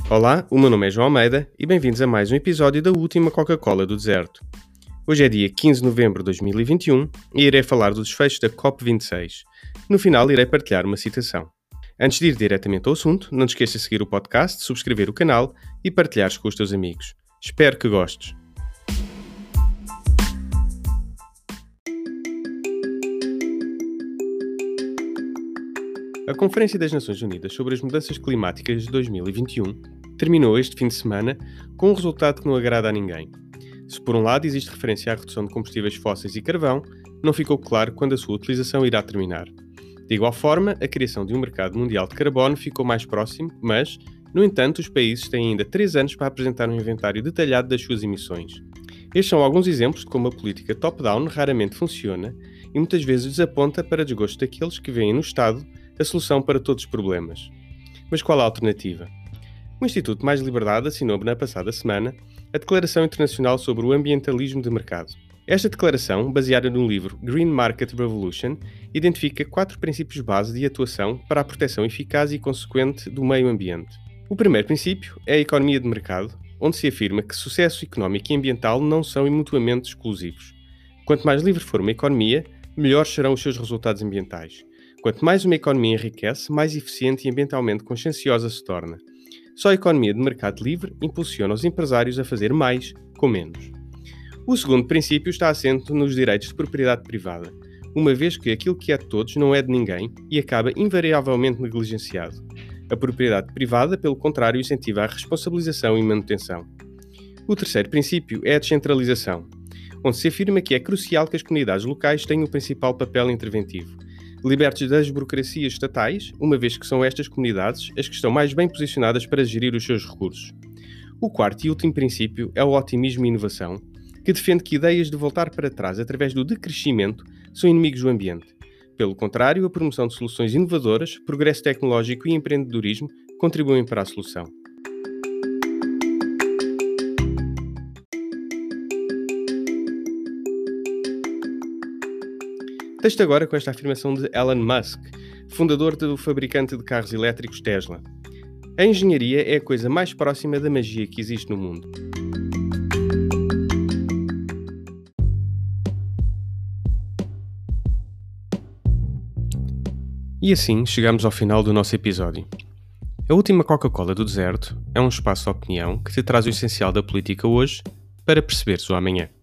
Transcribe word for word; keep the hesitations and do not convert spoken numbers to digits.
Olá, o meu nome é João Almeida e bem-vindos a mais um episódio da última Coca-Cola do Deserto. Hoje é dia quinze de novembro de dois mil e vinte e um e irei falar do desfecho da COP vinte e seis. No final irei partilhar uma citação. Antes de ir diretamente ao assunto, não te esqueças de seguir o podcast, subscrever o canal e partilhares com os teus amigos. Espero que gostes. A Conferência das Nações Unidas sobre as Mudanças Climáticas de dois mil e vinte e um terminou este fim de semana com um resultado que não agrada a ninguém. Se por um lado existe referência à redução de combustíveis fósseis e carvão, não ficou claro quando a sua utilização irá terminar. De igual forma, a criação de um mercado mundial de carbono ficou mais próximo, mas, no entanto, os países têm ainda três anos para apresentar um inventário detalhado das suas emissões. Estes são alguns exemplos de como a política top-down raramente funciona e muitas vezes desaponta para desgosto daqueles que veem no Estado a solução para todos os problemas. Mas qual a alternativa? O Instituto Mais Liberdade assinou na passada semana a Declaração Internacional sobre o Ambientalismo de Mercado. Esta declaração, baseada no livro Green Market Revolution, identifica quatro princípios base de atuação para a proteção eficaz e consequente do meio ambiente. O primeiro princípio é a economia de mercado, onde se afirma que sucesso económico e ambiental não são mutuamente exclusivos. Quanto mais livre for uma economia, melhores serão os seus resultados ambientais. Quanto mais uma economia enriquece, mais eficiente e ambientalmente conscienciosa se torna. Só a economia de mercado livre impulsiona os empresários a fazer mais com menos. O segundo princípio está assente nos direitos de propriedade privada, uma vez que aquilo que é de todos não é de ninguém e acaba invariavelmente negligenciado. A propriedade privada, pelo contrário, incentiva a responsabilização e manutenção. O terceiro princípio é a descentralização, onde se afirma que é crucial que as comunidades locais tenham o principal papel interventivo, libertos das burocracias estatais, uma vez que são estas comunidades as que estão mais bem posicionadas para gerir os seus recursos. O quarto e último princípio é o otimismo e inovação, que defende que ideias de voltar para trás através do decrescimento são inimigos do ambiente. Pelo contrário, a promoção de soluções inovadoras, progresso tecnológico e empreendedorismo contribuem para a solução. Deixo-te agora com esta afirmação de Elon Musk, fundador do fabricante de carros elétricos Tesla. A engenharia é a coisa mais próxima da magia que existe no mundo. E assim chegamos ao final do nosso episódio. A última Coca-Cola do Deserto é um espaço de opinião que te traz o essencial da política hoje para perceberes o amanhã.